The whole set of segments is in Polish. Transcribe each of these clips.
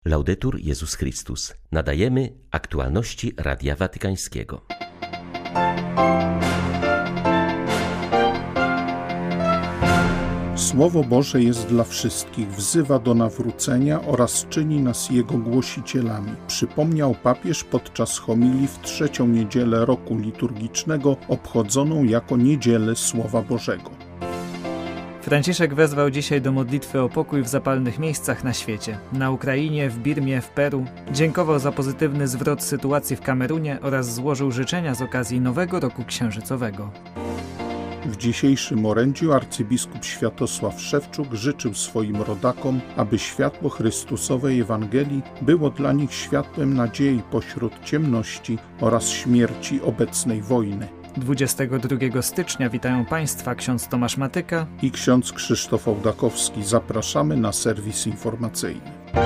Laudetur Jezus Chrystus. Nadajemy aktualności Radia Watykańskiego. Słowo Boże jest dla wszystkich, wzywa do nawrócenia oraz czyni nas Jego głosicielami. Przypomniał papież podczas homilii w trzecią niedzielę roku liturgicznego, obchodzoną jako Niedzielę Słowa Bożego. Franciszek wezwał dzisiaj do modlitwy o pokój w zapalnych miejscach na świecie. Na Ukrainie, w Birmie, w Peru. Dziękował za pozytywny zwrot sytuacji w Kamerunie oraz złożył życzenia z okazji Nowego Roku Księżycowego. W dzisiejszym orędziu arcybiskup Światosław Szewczuk życzył swoim rodakom, aby światło Chrystusowej Ewangelii było dla nich światłem nadziei pośród ciemności oraz śmierci obecnej wojny. 22 stycznia witają Państwa ksiądz Tomasz Matyka i ksiądz Krzysztof Ołdakowski. Zapraszamy na serwis informacyjny.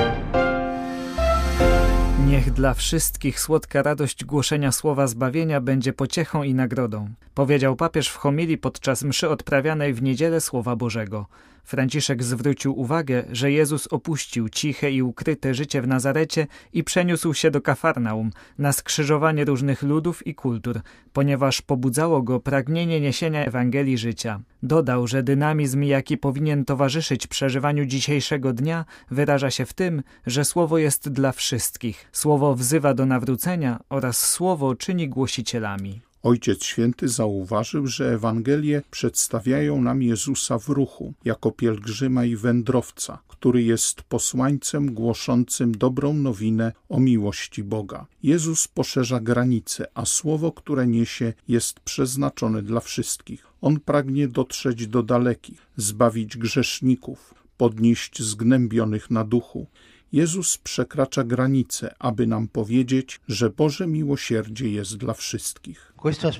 Niech dla wszystkich słodka radość głoszenia słowa zbawienia będzie pociechą i nagrodą, powiedział papież w homilii podczas mszy odprawianej w Niedzielę Słowa Bożego. Franciszek zwrócił uwagę, że Jezus opuścił ciche i ukryte życie w Nazarecie i przeniósł się do Kafarnaum, na skrzyżowanie różnych ludów i kultur, ponieważ pobudzało go pragnienie niesienia Ewangelii życia. Dodał, że dynamizm, jaki powinien towarzyszyć przeżywaniu dzisiejszego dnia, wyraża się w tym, że Słowo jest dla wszystkich. Słowo wzywa do nawrócenia oraz Słowo czyni głosicielami. Ojciec Święty zauważył, że Ewangelie przedstawiają nam Jezusa w ruchu, jako pielgrzyma i wędrowca, który jest posłańcem głoszącym dobrą nowinę o miłości Boga. Jezus poszerza granice, a słowo, które niesie, jest przeznaczone dla wszystkich. On pragnie dotrzeć do dalekich, zbawić grzeszników, podnieść zgnębionych na duchu. Jezus przekracza granice, aby nam powiedzieć, że Boże miłosierdzie jest dla wszystkich.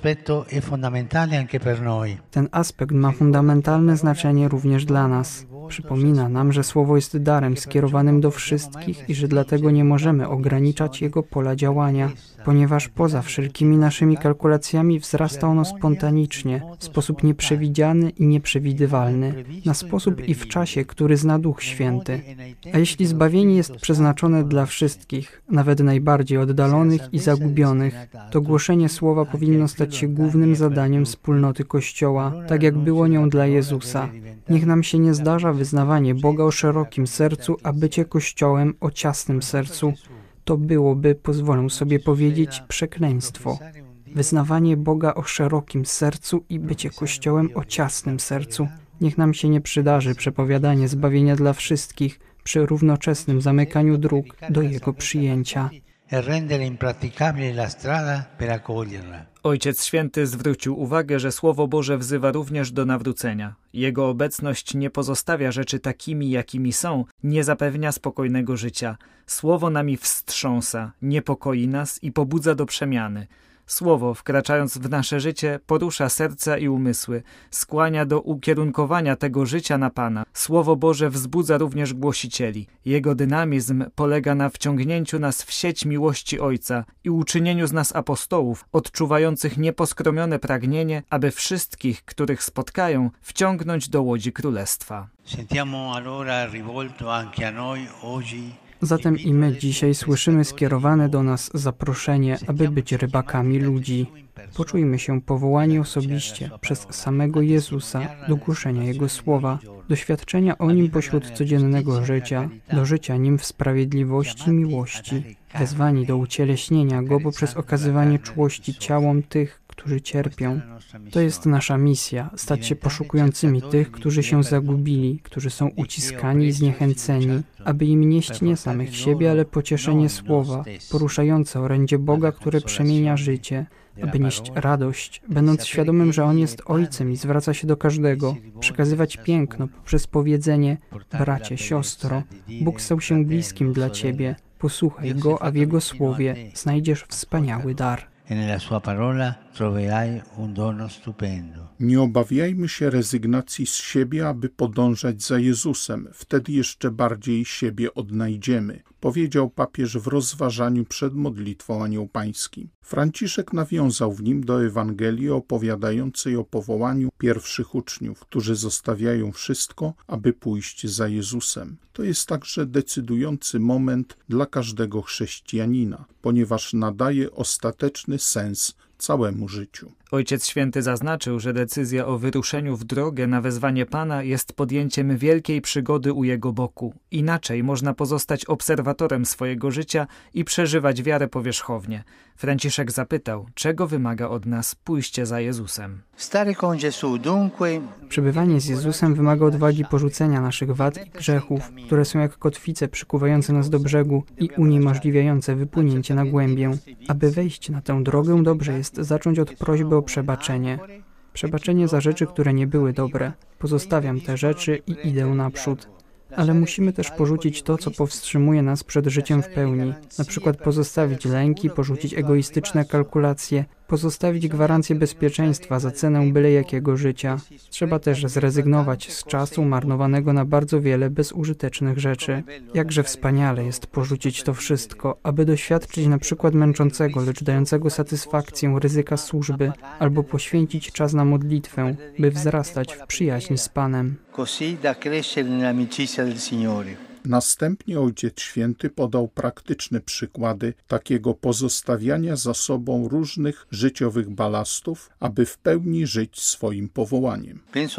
Ten aspekt ma fundamentalne znaczenie również dla nas. Przypomina nam, że Słowo jest darem skierowanym do wszystkich i że dlatego nie możemy ograniczać jego pola działania, ponieważ poza wszelkimi naszymi kalkulacjami wzrasta ono spontanicznie, w sposób nieprzewidziany i nieprzewidywalny, na sposób i w czasie, który zna Duch Święty. A jeśli zbawienie jest przeznaczone dla wszystkich, nawet najbardziej oddalonych i zagubionych, to głoszenie Słowa powinno stać się głównym zadaniem wspólnoty Kościoła, tak jak było nią dla Jezusa. Niech nam się nie zdarza wyznawanie Boga o szerokim sercu, a bycie Kościołem o ciasnym sercu. To byłoby, pozwolę sobie powiedzieć, przekleństwo. Wyznawanie Boga o szerokim sercu i bycie Kościołem o ciasnym sercu. Niech nam się nie przydarzy przepowiadanie zbawienia dla wszystkich przy równoczesnym zamykaniu dróg do Jego przyjęcia. Ojciec Święty zwrócił uwagę, że Słowo Boże wzywa również do nawrócenia. Jego obecność nie pozostawia rzeczy takimi, jakimi są, nie zapewnia spokojnego życia. Słowo nami wstrząsa, niepokoi nas i pobudza do przemiany. Słowo, wkraczając w nasze życie, porusza serca i umysły, skłania do ukierunkowania tego życia na Pana. Słowo Boże wzbudza również głosicieli. Jego dynamizm polega na wciągnięciu nas w sieć miłości Ojca i uczynieniu z nas apostołów, odczuwających nieposkromione pragnienie, aby wszystkich, których spotkają, wciągnąć do łodzi Królestwa. Zatem i my dzisiaj słyszymy skierowane do nas zaproszenie, aby być rybakami ludzi. Poczujmy się powołani osobiście przez samego Jezusa do głoszenia Jego słowa, doświadczenia o Nim pośród codziennego życia, do życia Nim w sprawiedliwości i miłości, wezwani do ucieleśnienia Go poprzez okazywanie czułości ciałom tych, którzy cierpią. To jest nasza misja, stać się poszukującymi tych, którzy się zagubili, którzy są uciskani i zniechęceni, aby im nieść nie samych siebie, ale pocieszenie słowa, poruszające orędzie Boga, które przemienia życie, aby nieść radość, będąc świadomym, że On jest Ojcem i zwraca się do każdego, przekazywać piękno poprzez powiedzenie: bracie, siostro, Bóg stał się bliskim dla ciebie, posłuchaj Go, a w Jego słowie znajdziesz wspaniały dar. troverai un dono stupendo. Nie obawiajmy się rezygnacji z siebie, aby podążać za Jezusem. Wtedy jeszcze bardziej siebie odnajdziemy, powiedział papież w rozważaniu przed modlitwą Anioł Pański. Franciszek nawiązał w nim do Ewangelii opowiadającej o powołaniu pierwszych uczniów, którzy zostawiają wszystko, aby pójść za Jezusem. To jest także decydujący moment dla każdego chrześcijanina, ponieważ nadaje ostateczny sens całemu życiu. Ojciec Święty zaznaczył, że decyzja o wyruszeniu w drogę na wezwanie Pana jest podjęciem wielkiej przygody u Jego boku. Inaczej można pozostać obserwatorem swojego życia i przeżywać wiarę powierzchownie. Franciszek zapytał, czego wymaga od nas pójście za Jezusem. Przebywanie z Jezusem wymaga odwagi porzucenia naszych wad i grzechów, które są jak kotwice przykuwające nas do brzegu i uniemożliwiające wypłynięcie na głębię. Aby wejść na tę drogę, dobrze jest zacząć od prośby o przebaczenie. Przebaczenie za rzeczy, które nie były dobre. Pozostawiam te rzeczy i idę naprzód. Ale musimy też porzucić to, co powstrzymuje nas przed życiem w pełni. Na przykład pozostawić lęki, porzucić egoistyczne kalkulacje, pozostawić gwarancję bezpieczeństwa za cenę byle jakiego życia. Trzeba też zrezygnować z czasu marnowanego na bardzo wiele bezużytecznych rzeczy. Jakże wspaniale jest porzucić to wszystko, aby doświadczyć na przykład męczącego, lecz dającego satysfakcję ryzyka służby, albo poświęcić czas na modlitwę, by wzrastać w przyjaźni z Panem. Następnie Ojciec Święty podał praktyczne przykłady takiego pozostawiania za sobą różnych życiowych balastów, aby w pełni żyć swoim powołaniem.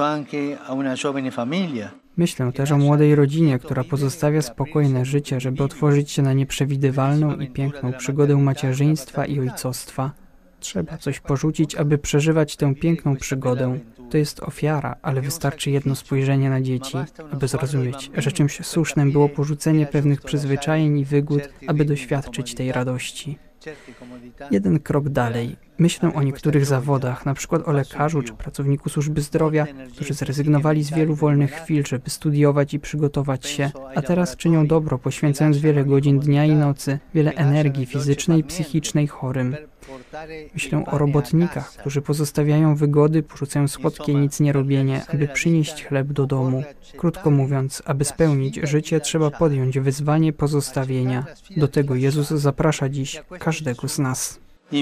Myślę też o młodej rodzinie, która pozostawia spokojne życie, żeby otworzyć się na nieprzewidywalną i piękną przygodę macierzyństwa i ojcostwa. Trzeba coś porzucić, aby przeżywać tę piękną przygodę. To jest ofiara, ale wystarczy jedno spojrzenie na dzieci, aby zrozumieć, że czymś słusznym było porzucenie pewnych przyzwyczajeń i wygód, aby doświadczyć tej radości. Jeden krok dalej. Myślę o niektórych zawodach, na przykład o lekarzu czy pracowniku służby zdrowia, którzy zrezygnowali z wielu wolnych chwil, żeby studiować i przygotować się, a teraz czynią dobro, poświęcając wiele godzin dnia i nocy, wiele energii fizycznej i psychicznej chorym. Myślę o robotnikach, którzy pozostawiają wygody, porzucają słodkie nic nie robienie, aby przynieść chleb do domu. Krótko mówiąc, aby spełnić życie, trzeba podjąć wyzwanie pozostawienia. Do tego Jezus zaprasza dziś każdego z nas.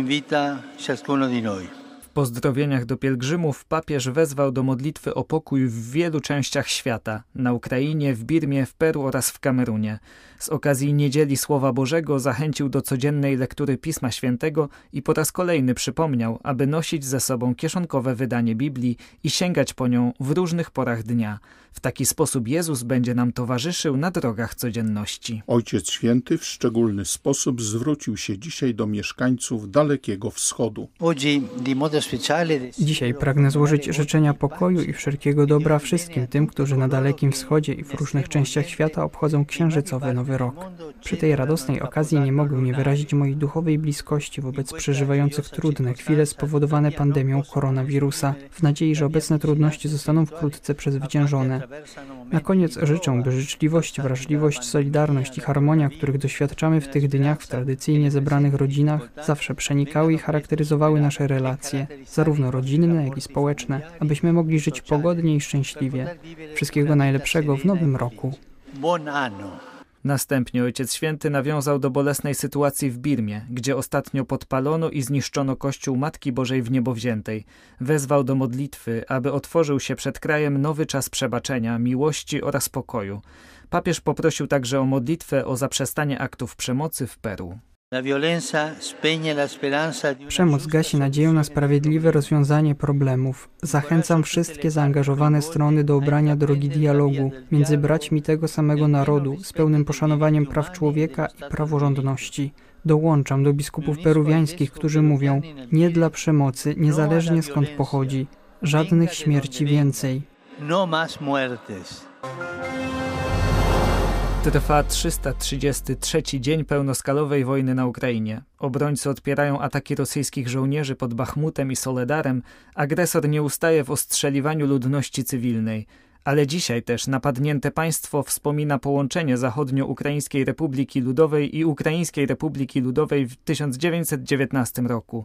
W pozdrowieniach do pielgrzymów papież wezwał do modlitwy o pokój w wielu częściach świata, na Ukrainie, w Birmie, w Peru oraz w Kamerunie. Z okazji Niedzieli Słowa Bożego zachęcił do codziennej lektury Pisma Świętego i po raz kolejny przypomniał, aby nosić ze sobą kieszonkowe wydanie Biblii i sięgać po nią w różnych porach dnia. W taki sposób Jezus będzie nam towarzyszył na drogach codzienności. Ojciec Święty w szczególny sposób zwrócił się dzisiaj do mieszkańców Dalekiego Wschodu. Dzisiaj pragnę złożyć życzenia pokoju i wszelkiego dobra wszystkim tym, którzy na Dalekim Wschodzie i w różnych częściach świata obchodzą księżycowy Nowy Rok. Przy tej radosnej okazji nie mogę nie wyrazić mojej duchowej bliskości wobec przeżywających trudne chwile spowodowane pandemią koronawirusa, w nadziei, że obecne trudności zostaną wkrótce przezwyciężone. Na koniec życzę, by życzliwość, wrażliwość, solidarność i harmonia, których doświadczamy w tych dniach w tradycyjnie zebranych rodzinach, zawsze przenikały i charakteryzowały nasze relacje, zarówno rodzinne, jak i społeczne, abyśmy mogli żyć pogodnie i szczęśliwie. Wszystkiego najlepszego w nowym roku. Następnie Ojciec Święty nawiązał do bolesnej sytuacji w Birmie, gdzie ostatnio podpalono i zniszczono kościół Matki Bożej w Niebowziętej. Wezwał do modlitwy, aby otworzył się przed krajem nowy czas przebaczenia, miłości oraz pokoju. Papież poprosił także o modlitwę o zaprzestanie aktów przemocy w Peru. Przemoc gasi nadzieję na sprawiedliwe rozwiązanie problemów. Zachęcam wszystkie zaangażowane strony do obrania drogi dialogu między braćmi tego samego narodu z pełnym poszanowaniem praw człowieka i praworządności. Dołączam do biskupów peruwiańskich, którzy mówią: nie dla przemocy, niezależnie skąd pochodzi. Żadnych śmierci więcej. Trwa 333 dzień pełnoskalowej wojny na Ukrainie. Obrońcy odpierają ataki rosyjskich żołnierzy pod Bachmutem i Soledarem. Agresor nie ustaje w ostrzeliwaniu ludności cywilnej. Ale dzisiaj też napadnięte państwo wspomina połączenie Zachodnio-Ukraińskiej Republiki Ludowej i Ukraińskiej Republiki Ludowej w 1919 roku.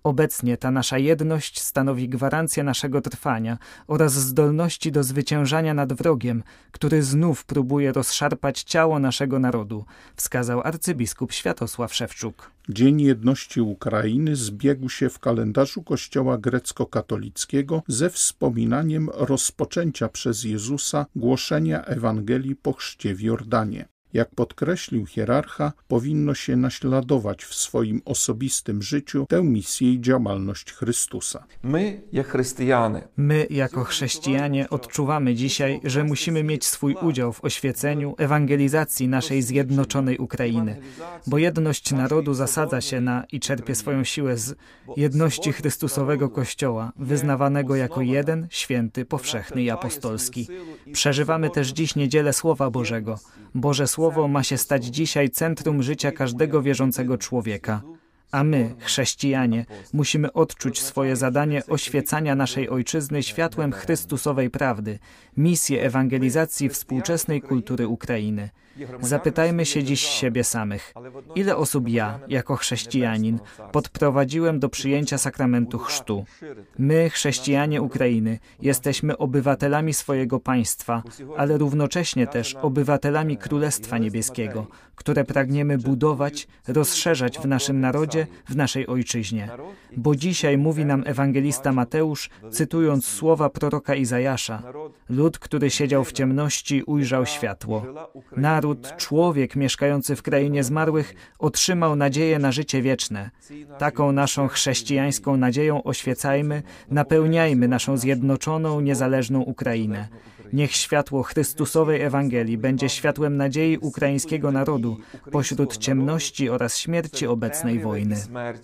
Obecnie ta nasza jedność stanowi gwarancję naszego trwania oraz zdolności do zwyciężania nad wrogiem, który znów próbuje rozszarpać ciało naszego narodu, wskazał arcybiskup Światosław Szewczuk. Dzień Jedności Ukrainy zbiegł się w kalendarzu Kościoła grecko-katolickiego ze wspominaniem rozpoczęcia przez Jezusa głoszenia Ewangelii po chrzcie w Jordanie. Jak podkreślił hierarcha, powinno się naśladować w swoim osobistym życiu tę misję i działalność Chrystusa. My, jako chrześcijanie, odczuwamy dzisiaj, że musimy mieć swój udział w oświeceniu, ewangelizacji naszej zjednoczonej Ukrainy, bo jedność narodu zasadza się na i czerpie swoją siłę z jedności Chrystusowego Kościoła, wyznawanego jako jeden, święty, powszechny i apostolski. Przeżywamy też dziś niedzielę Słowa Bożego. Boże Słowo ma się stać dzisiaj centrum życia każdego wierzącego człowieka. A my, chrześcijanie, musimy odczuć swoje zadanie oświecania naszej ojczyzny światłem Chrystusowej prawdy, misję ewangelizacji współczesnej kultury Ukrainy. Zapytajmy się dziś siebie samych. Ile osób ja, jako chrześcijanin, podprowadziłem do przyjęcia sakramentu chrztu? My, chrześcijanie Ukrainy, jesteśmy obywatelami swojego państwa, ale równocześnie też obywatelami Królestwa Niebieskiego, które pragniemy budować, rozszerzać w naszym narodzie, w naszej ojczyźnie. Bo dzisiaj mówi nam ewangelista Mateusz, cytując słowa proroka Izajasza: lud, który siedział w ciemności, ujrzał światło. Naród, człowiek mieszkający w krainie zmarłych otrzymał nadzieję na życie wieczne. Taką naszą chrześcijańską nadzieją oświecajmy, napełniajmy naszą zjednoczoną, niezależną Ukrainę. Niech światło Chrystusowej Ewangelii będzie światłem nadziei ukraińskiego narodu pośród ciemności oraz śmierci obecnej wojny.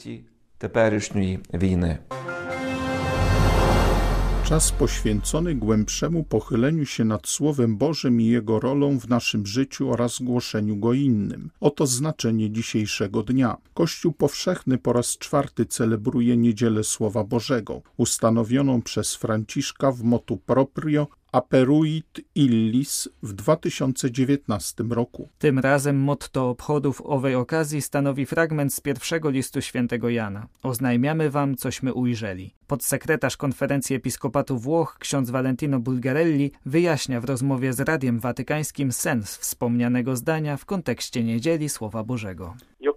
Czas poświęcony głębszemu pochyleniu się nad Słowem Bożym i jego rolą w naszym życiu oraz głoszeniu go innym. Oto znaczenie dzisiejszego dnia. Kościół powszechny po raz 4 celebruje Niedzielę Słowa Bożego, ustanowioną przez Franciszka w motu proprio Aperuit illis w 2019 roku. Tym razem motto obchodów owej okazji stanowi fragment z pierwszego listu świętego Jana. Oznajmiamy wam, cośmy ujrzeli. Podsekretarz Konferencji Episkopatu Włoch, ksiądz Valentino Bulgarelli, wyjaśnia w rozmowie z Radiem Watykańskim sens wspomnianego zdania w kontekście Niedzieli Słowa Bożego.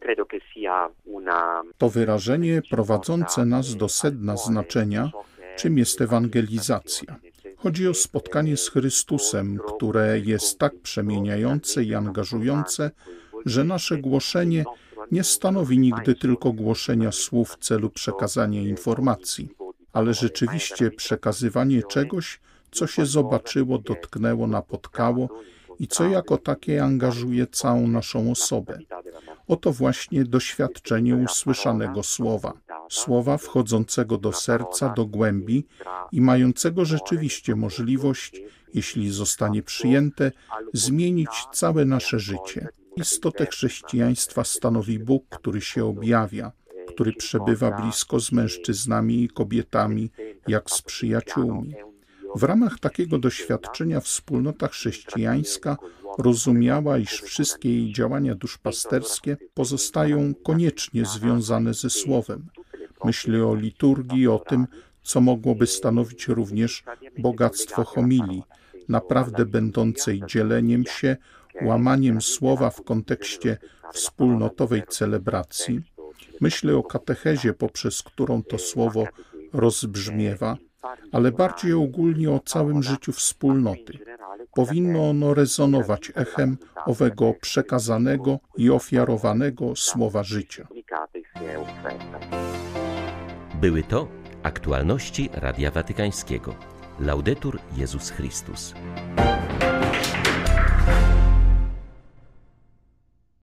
To wyrażenie prowadzące nas do sedna znaczenia, czym jest ewangelizacja. Chodzi o spotkanie z Chrystusem, które jest tak przemieniające i angażujące, że nasze głoszenie nie stanowi nigdy tylko głoszenia słów w celu przekazania informacji, ale rzeczywiście przekazywanie czegoś, co się zobaczyło, dotknęło, napotkało i co jako takie angażuje całą naszą osobę. Oto właśnie doświadczenie usłyszanego słowa. Słowa wchodzącego do serca, do głębi i mającego rzeczywiście możliwość, jeśli zostanie przyjęte, zmienić całe nasze życie. Istotę chrześcijaństwa stanowi Bóg, który się objawia, który przebywa blisko z mężczyznami i kobietami, jak z przyjaciółmi. W ramach takiego doświadczenia wspólnota chrześcijańska rozumiała, iż wszystkie jej działania duszpasterskie pozostają koniecznie związane ze Słowem. Myślę o liturgii, o tym, co mogłoby stanowić również bogactwo homilii, naprawdę będącej dzieleniem się, łamaniem słowa w kontekście wspólnotowej celebracji. Myślę o katechezie, poprzez którą to słowo rozbrzmiewa, ale bardziej ogólnie o całym życiu wspólnoty. Powinno ono rezonować echem owego przekazanego i ofiarowanego słowa życia. Były to aktualności Radia Watykańskiego. Laudetur Jezus Chrystus.